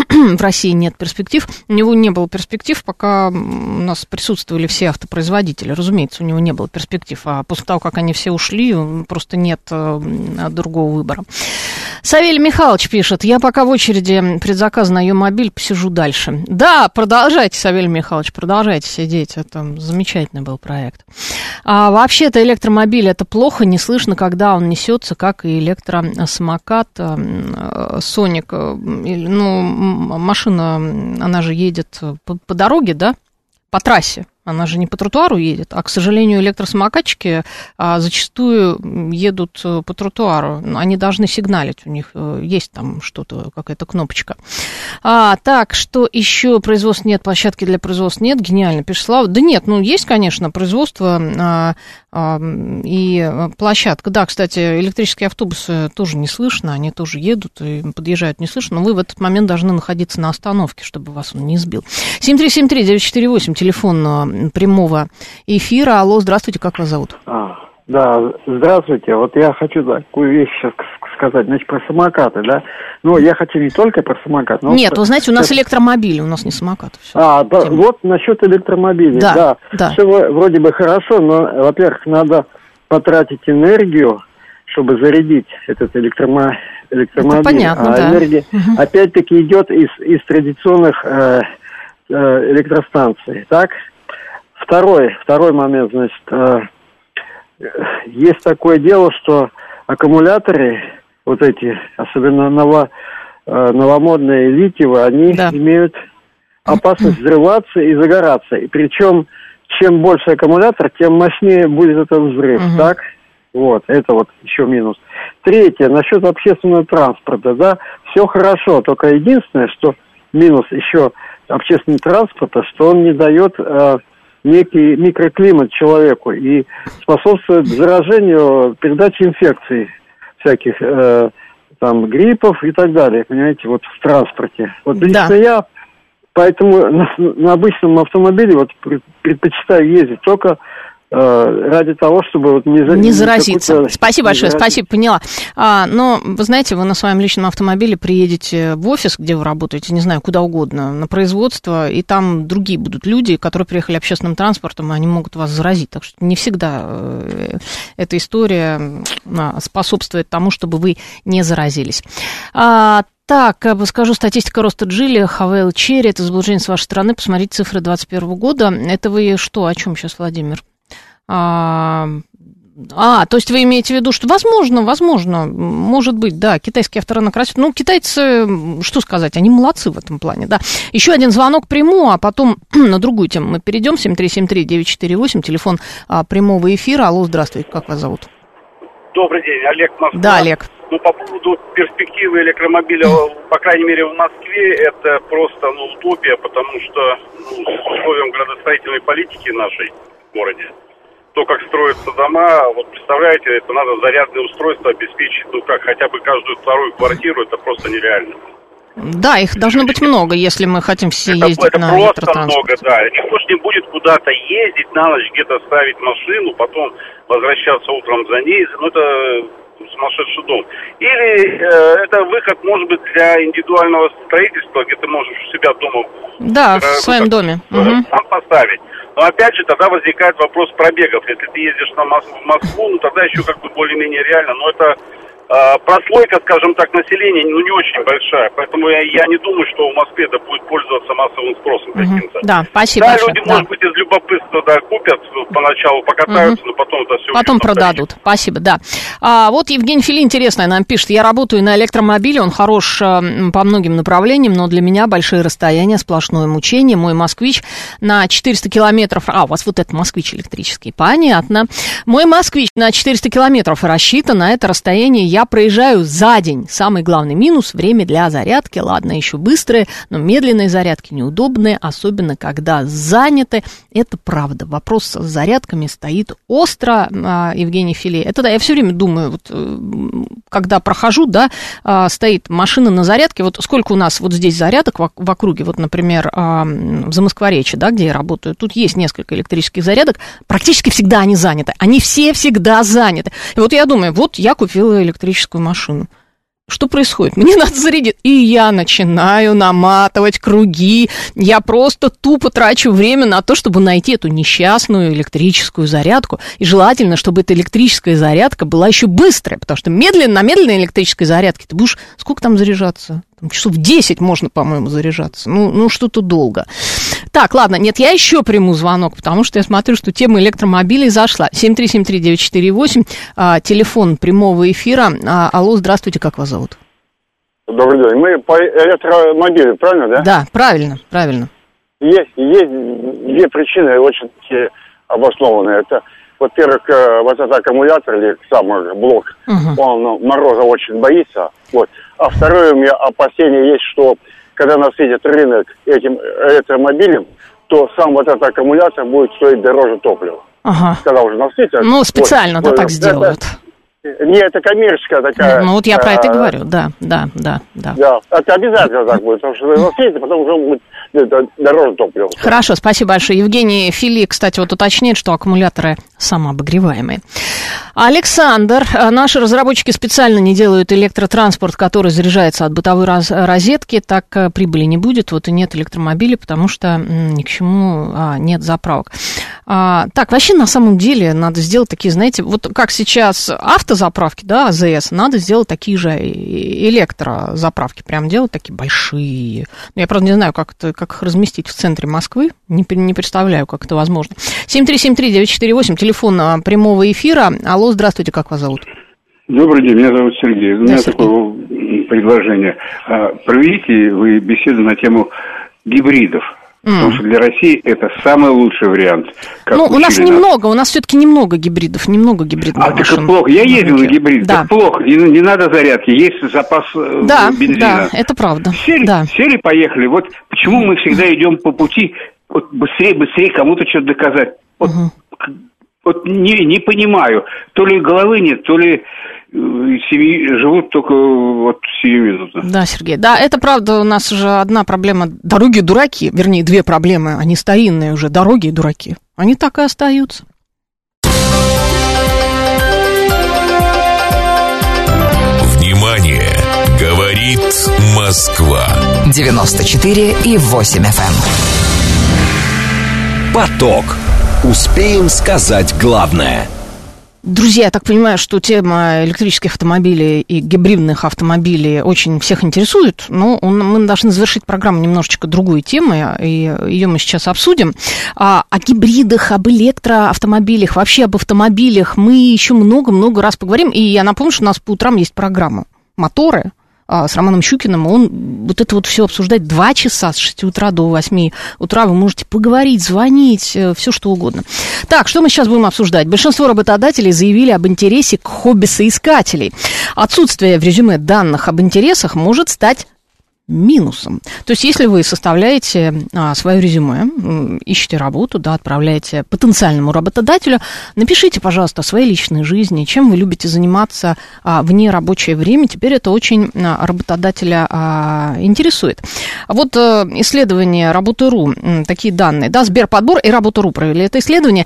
в России нет перспектив. У него не было перспектив, пока у нас присутствовали все автопроизводители. Разумеется, у него не было перспектив, а после того, как они все ушли, просто нет другого выбора. Савелий Михайлович пишет, я пока в очереди предзаказа на ее мобиль посижу дальше. Да, продолжайте, Савелий Михайлович, продолжайте сидеть, это замечательный был проект. А вообще-то электромобиль это плохо, не слышно, когда он несется, как и электросамокат, Соник. Ну, машина, она же едет по дороге, да, по трассе. Она же не по тротуару едет, а, к сожалению, электросамокатчики зачастую едут по тротуару. Они должны сигналить, у них есть там что-то, какая-то кнопочка. Так, что еще? Производств нет, площадки для производства нет. Гениально, пишет Слава. Да нет, есть, конечно, производство и площадка. Да, кстати, электрические автобусы тоже не слышно, они тоже едут и подъезжают не слышно, но вы в этот момент должны находиться на остановке, чтобы вас он не сбил. 7373948, телефон прямого эфира. Алло, здравствуйте, как вас зовут? Да, здравствуйте. Вот я хочу такую вещь сейчас сказать, значит, про самокаты, да? Ну, я хочу не только про самокат, но... Нет, вы знаете, у нас электромобили, у нас не самокаты. Да, вот насчет электромобилей, да. Все вроде бы хорошо, но, во-первых, надо потратить энергию, чтобы зарядить этот электромобиль. Это понятно, да. Энергия, опять-таки, идет из традиционных электростанций, так? Второй момент, значит... Есть такое дело, что аккумуляторы, вот эти, особенно новомодные литиевые, они имеют опасность взрываться и загораться. И причем, чем больше аккумулятор, тем мощнее будет этот взрыв, так? Вот, это вот еще минус. Третье, насчет общественного транспорта, да, все хорошо, только единственное, что минус еще общественного транспорта, что он не дает... некий микроклимат человеку и способствует заражению, передаче инфекций всяких, там, гриппов и так далее, понимаете, вот в транспорте. Вот лично я, поэтому на обычном автомобиле вот предпочитаю ездить только ради того, чтобы вот не заразиться. Спасибо большое, спасибо, поняла. Но, вы знаете, вы на своем личном автомобиле приедете в офис, где вы работаете, не знаю, куда угодно, на производство, и там другие будут люди, которые приехали общественным транспортом, и они могут вас заразить. Так что не всегда эта история способствует тому, чтобы вы не заразились. Так, скажу, статистика роста Джили, Хавейл Черри, это заблуждение с вашей стороны, посмотрите цифры 2021 года. Это вы что, о чем сейчас, Владимир? То есть вы имеете в виду, что возможно, может быть, да, китайский авторынок растет. Ну, китайцы, что сказать, они молодцы в этом плане, да. Еще один звонок приму, а потом на другую тему мы перейдем. 7373948, телефон прямого эфира. Алло, здравствуйте, как вас зовут? Добрый день, Олег, Москва. Да, Олег. Ну, по поводу перспективы электромобиля, по крайней мере, в Москве, это просто, утопия, потому что с условием градостроительной политики нашей в городе, то, как строятся дома, вот представляете, это надо зарядное устройство обеспечить, хотя бы каждую вторую квартиру, это просто нереально. Да, их должно быть много, если мы хотим все ездить на электротранспорте. Это просто много, да. Никто ж не будет куда-то ездить, на ночь где-то ставить машину, потом возвращаться утром за ней, это сумасшедший дом. Или это выход, может быть, для индивидуального строительства, где ты можешь у себя дома... Да, в своем доме. Там поставить. Но опять же, тогда возникает вопрос пробегов. Если ты ездишь в Москву, тогда еще более-менее реально. Но это прослойка, скажем так, населения, не очень большая. Поэтому я не думаю, что в Москве это будет пользоваться массовым спросом каким-то. Да, спасибо большое. Люди, может быть, из любопытства, купят, поначалу покатаются, но потом это все... Потом продадут. Спасибо, да. Вот Евгений Фили интересное нам пишет. Я работаю на электромобиле, он хорош по многим направлениям, но для меня большие расстояния, сплошное мучение. Мой «Москвич» на 400 километров... у вас вот этот «Москвич» электрический, понятно. Мой «Москвич» на 400 километров рассчитан, на это расстояние я проезжаю за день. Самый главный минус – время для зарядки. Ладно, еще быстрые, но медленные зарядки неудобные, особенно когда заняты. Это правда. Вопрос с зарядками стоит остро, Евгений Филе. Это да, я все время думаю, когда прохожу, стоит машина на зарядке. Вот сколько у нас вот здесь зарядок в округе, вот, например, в Замоскворечье, где я работаю, тут есть несколько электрических зарядок, практически всегда они заняты. Они все всегда заняты. И вот я думаю, я купила электрическую машину. Что происходит? Мне надо зарядить. И я начинаю наматывать круги. Я просто тупо трачу время на то, чтобы найти эту несчастную электрическую зарядку. И желательно, чтобы эта электрическая зарядка была еще быстрая. Потому что на медленной электрической зарядке ты будешь... Сколько там заряжаться? Часов 10 можно, по-моему, заряжаться. Что-то долго. Так, ладно, нет, я еще приму звонок, потому что я смотрю, что тема электромобилей зашла. 7373948, телефон прямого эфира. Алло, здравствуйте, как вас зовут? Добрый день. Мы по электромобилю, правильно, да? Да, правильно. Есть две причины очень такие обоснованные. Это, во-первых, вот этот аккумулятор или сам блок, он мороза очень боится. Вот. А второе, у меня опасение есть, что когда насытит рынок этим электромобилем, то сам вот этот аккумулятор будет стоить дороже топлива. Когда уже насытят. Ну, специально вот, так сделают. Не, это коммерческая такая... Ну, вот я про это и говорю, да. Да, это обязательно так будет, потому что насытят, потом уже будет дороже топлива. Хорошо, спасибо большое. Евгений Фили, кстати, вот уточняет, что аккумуляторы самообогреваемые. Александр, наши разработчики специально не делают электротранспорт, который заряжается от бытовой розетки, так прибыли не будет, вот и нет электромобилей, потому что ни к чему нет заправок. Так, вообще на самом деле надо сделать такие, знаете, вот как сейчас автозаправки, да, АЗС, надо сделать такие же электрозаправки, прям делать такие большие. Я, правда, не знаю, как их разместить в центре Москвы, не представляю, как это возможно. 7373948, телефон прямого эфира. Алло, здравствуйте, как вас зовут? Добрый день, меня зовут Сергей. У меня такое предложение. Проведите вы беседу на тему гибридов. Потому что для России это самый лучший вариант. У нас немного, у нас все-таки немного гибридных машин. Так плохо. Я ездил на гибрид, так плохо. Не надо зарядки, есть запас бензина. Да, это правда. Сели, поехали. Вот почему мы всегда идем по пути вот быстрее кому-то что-то доказать. Вот не понимаю. То ли головы нет, то ли семьи живут только вот сиюминутно. Да, Сергей. Да, это правда, у нас уже одна проблема. Дороги дураки, вернее, две проблемы. Они старинные уже, дороги и дураки. Они так и остаются. Внимание! Говорит Москва. 94,8 FM. Поток. Успеем сказать главное. Друзья, я так понимаю, что тема электрических автомобилей и гибридных автомобилей очень всех интересует, но мы должны завершить программу немножечко другой темой, и ее мы сейчас обсудим. О гибридах, об электроавтомобилях, вообще об автомобилях мы еще много-много раз поговорим, и я напомню, что у нас по утрам есть программа «Моторы» с Романом Щукиным, он вот это вот все обсуждает 2 часа с 6 утра до 8 утра, вы можете поговорить, звонить, все что угодно. Так, что мы сейчас будем обсуждать? Большинство работодателей заявили об интересе к хобби соискателей. Отсутствие в резюме данных об интересах может стать минусом. То есть, если вы составляете свое резюме, ищете работу, да, отправляете потенциальному работодателю, напишите, пожалуйста, о своей личной жизни, чем вы любите заниматься вне рабочее время. Теперь это очень работодателя интересует. Вот исследование Работы.ру, такие данные, да, Сберподбор и Работа.ру провели это исследование.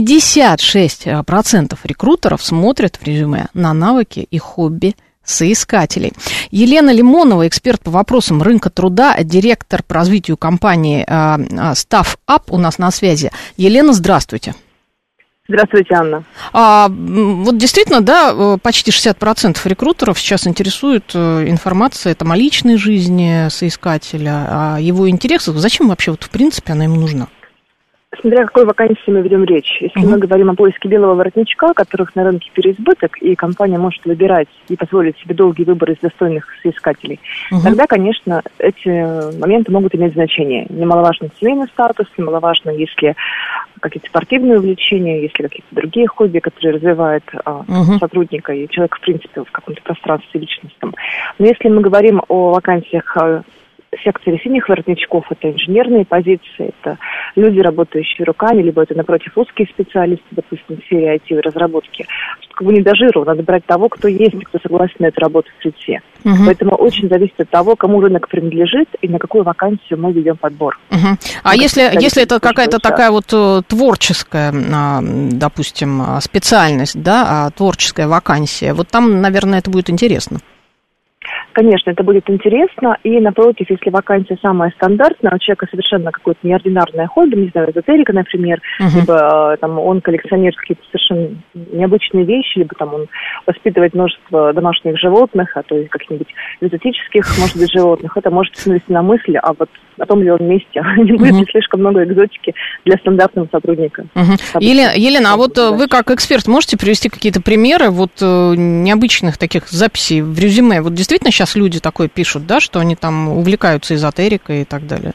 56% рекрутеров смотрят в резюме на навыки и хобби соискателей. Елена Лимонова, эксперт по вопросам рынка труда, директор по развитию компании StaffUp у нас на связи. Елена, здравствуйте. Здравствуйте, Анна. Вот действительно, да, почти 60% рекрутеров сейчас интересует информация там, о личной жизни соискателя, о его интересах. Зачем вообще вот в принципе она им нужна? Смотря о какой вакансии мы ведем речь. Если мы говорим о поиске белого воротничка, которых на рынке переизбыток, и компания может выбирать и позволить себе долгий выбор из достойных соискателей, тогда, конечно, эти моменты могут иметь значение. Немаловажно семейный статус, немаловажно, если какие-то спортивные увлечения, если какие-то другие хобби, которые развивают сотрудника и человека, в принципе, в каком-то пространстве личностном. Но если мы говорим о вакансиях секторе синих воротничков, это инженерные позиции, это люди, работающие руками, либо это, напротив, узкие специалисты, допустим, в сфере IT и разработки. Как бы не до жиру, надо брать того, кто есть, кто согласен на эту работу в сети. Поэтому очень зависит от того, кому рынок принадлежит и на какую вакансию мы ведем подбор. А если это какая-то такая вот творческая, допустим, специальность, да, творческая вакансия, вот там, наверное, это будет интересно. Конечно, это будет интересно, и напротив, если вакансия самая стандартная, у человека совершенно какое-то неординарное хобби, не знаю, эзотерика, например, либо там он коллекционирует какие-то совершенно необычные вещи, либо там он воспитывает множество домашних животных, а то и каких-нибудь экзотических, может быть, животных, это может навести на мысли, а вот на том ли он месте не будет ли слишком много экзотики для стандартного сотрудника. Елена, а вот вы как эксперт можете привести какие-то примеры вот необычных таких записей в резюме? Вот действительно сейчас люди такое пишут, да, что они там увлекаются эзотерикой и так далее?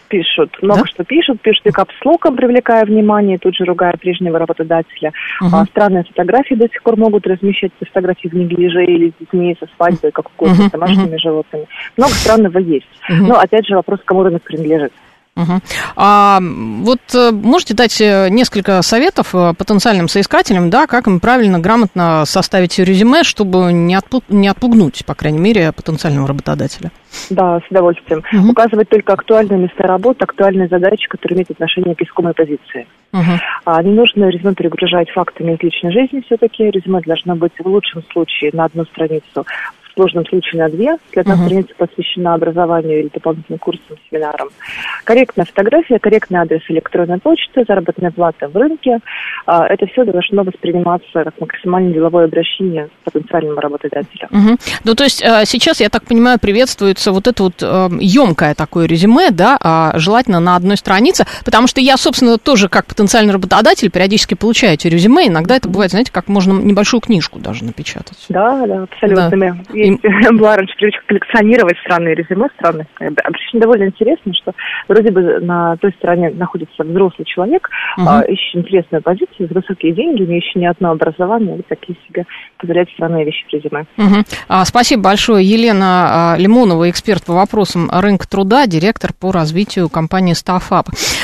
пишут, пишут и капслоком, привлекая внимание, тут же ругая прежнего работодателя. Странные фотографии до сих пор могут размещать, фотографии в неглиже или с детьми, со свадьбой, как с домашними животными. Много странного есть. Но, опять же, вопрос, кому рынок принадлежит. Вот можете дать несколько советов потенциальным соискателям, да, как им правильно, грамотно составить резюме, чтобы не отпугнуть, по крайней мере, потенциального работодателя? Да, с удовольствием. Указывать только актуальные места работы, актуальные задачи, которые имеют отношение к искомой позиции. Не нужно резюме перегружать фактами из личной жизни все-таки. Резюме должно быть в лучшем случае на 1 страницу, в сложном случае на 2, если одна страница посвящена образованию или дополнительным курсам, семинарам. Корректная фотография, корректный адрес электронной почты, заработная плата в рынке. Это все должно восприниматься как максимально деловое обращение к потенциальному работодателю. Ну, то есть сейчас, я так понимаю, приветствуется вот это вот емкое такое резюме, да, желательно на 1 странице, потому что я, собственно, тоже как потенциальный работодатель периодически получаю эти резюме. Иногда это бывает, знаете, как можно небольшую книжку даже напечатать. Да, абсолютно. Да. Была раньше привычка коллекционировать странные резюме, странные. Очень довольно интересно, что вроде бы на той стороне находится взрослый человек, ищет интересную позицию, высокие деньги, имеющий не одно образование, вот такие себе позволяют странные вещи в резюме. Спасибо большое. Елена Лимонова, эксперт по вопросам рынка труда, директор по развитию компании StaffUp.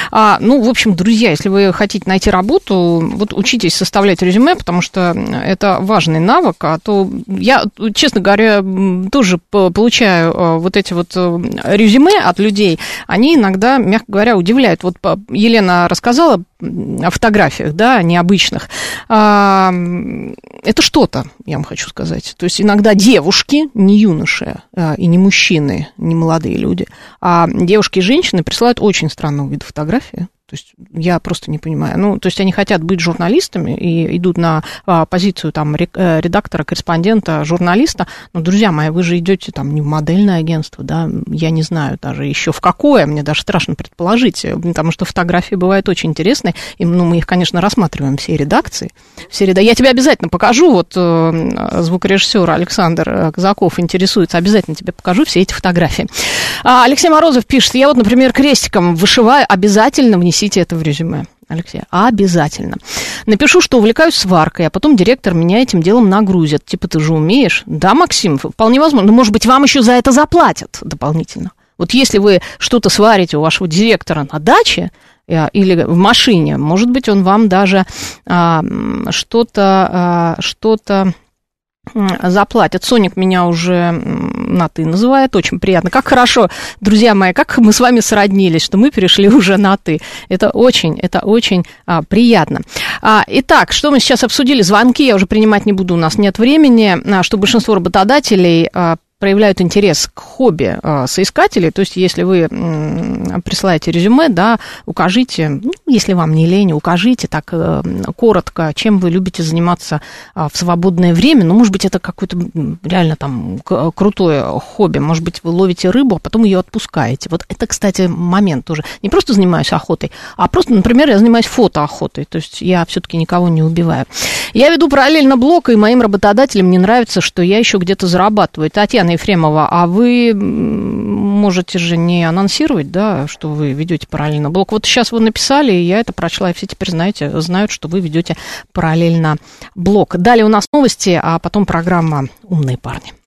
В общем, друзья, если вы хотите найти работу, вот учитесь составлять резюме, потому что это важный навык, а то я, честно говоря, тоже получаю вот эти вот резюме от людей, они иногда, мягко говоря, удивляют. Вот Елена рассказала о фотографиях, да, необычных. Это что-то, я вам хочу сказать. То есть иногда девушки, не юноши и не мужчины, не молодые люди, а девушки и женщины присылают очень странного вида фотографии. То есть я просто не понимаю. То есть они хотят быть журналистами и идут на позицию там редактора, корреспондента, журналиста. Но, друзья мои, вы же идете там не в модельное агентство, да, я не знаю даже еще в какое, мне даже страшно предположить, потому что фотографии бывают очень интересные, и мы их, конечно, рассматриваем все редакции. Я тебе обязательно покажу, вот звукорежиссер Александр Казаков интересуется, обязательно тебе покажу все эти фотографии. Алексей Морозов пишет, я вот, например, крестиком вышиваю, обязательно внесите это в резюме. Алексей, обязательно. Напишу, что увлекаюсь сваркой, а потом директор меня этим делом нагрузит. Типа, ты же умеешь? Да, Максим, вполне возможно. Но, может быть, вам еще за это заплатят дополнительно. Вот если вы что-то сварите у вашего директора на даче или в машине, может быть, он вам даже что-то заплатят. Соник меня уже на «ты» называет, очень приятно. Как хорошо, друзья мои, как мы с вами сроднились, что мы перешли уже на «ты». Это очень приятно. Итак, что мы сейчас обсудили? Звонки я уже принимать не буду, у нас нет времени, что большинство работодателей проявляют интерес к хобби соискателей, то есть если вы присылаете резюме, да, укажите, если вам не лень, укажите так коротко, чем вы любите заниматься в свободное время, может быть, это какое-то реально там крутое хобби, может быть, вы ловите рыбу, а потом ее отпускаете. Вот это, кстати, момент тоже. Не просто занимаюсь охотой, а просто, например, я занимаюсь фотоохотой, то есть я все-таки никого не убиваю. Я веду параллельно блог, и моим работодателям не нравится, что я еще где-то зарабатываю. Татьяна Ефремова, а вы можете же не анонсировать, да, что вы ведете параллельно блог. Вот сейчас вы написали, и я это прочла, и все теперь знают, что вы ведете параллельно блог. Далее у нас новости, а потом программа «Умные парни».